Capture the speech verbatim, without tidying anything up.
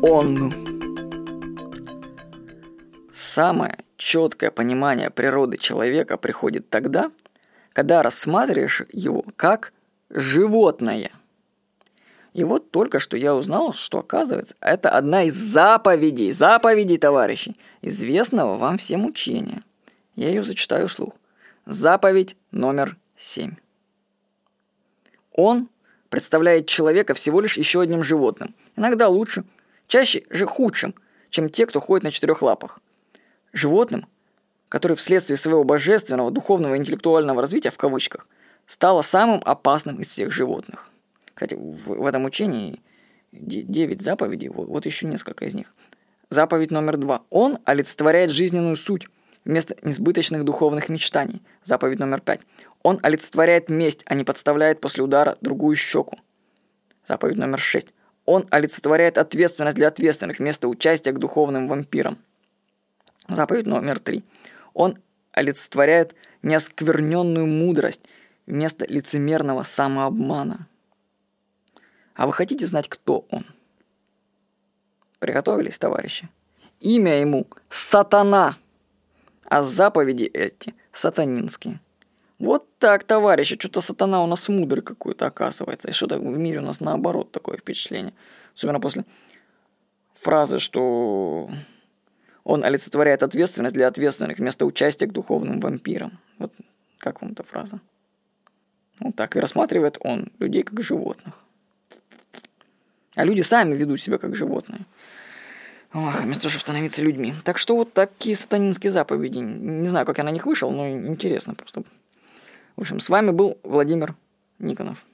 Он. Самое четкое понимание природы человека приходит тогда, когда рассматриваешь его как животное. И вот только что я узнал, что, оказывается, это одна из заповедей, заповедей, товарищи, известного вам всем учения. Я ее зачитаю вслух. Заповедь номер семь. Он представляет человека всего лишь еще одним животным, иногда лучшим, чаще же худшим, чем те, кто ходит на четырех лапах. Животным, который вследствие своего божественного, духовного и интеллектуального развития, в кавычках, стало самым опасным из всех животных. Кстати, в, в этом учении девять заповедей, вот, вот еще несколько из них. Заповедь номер два. Он олицетворяет жизненную суть вместо несбыточных духовных мечтаний. Заповедь номер пять. Он олицетворяет месть, а не подставляет после удара другую щеку. Заповедь номер шесть. Он олицетворяет ответственность для ответственных вместо участия к духовным вампирам. Заповедь номер три. Он олицетворяет неоскверненную мудрость вместо лицемерного самообмана. А вы хотите знать, кто он? Приготовились, товарищи? Имя ему – Сатана, а заповеди эти – сатанинские. Вот так, товарищи, что-то сатана у нас мудрый какой-то оказывается. И что-то в мире у нас наоборот такое впечатление. Особенно после фразы, что он олицетворяет ответственность для ответственных вместо участия к духовным вампирам. Вот как вам эта фраза? Вот так и рассматривает он людей как животных. А люди сами ведут себя как животные. Ох, вместо того, чтобы становиться людьми. Так что вот такие сатанинские заповеди. Не знаю, как я на них вышел, но интересно просто. В общем, с вами был Владимир Никонов.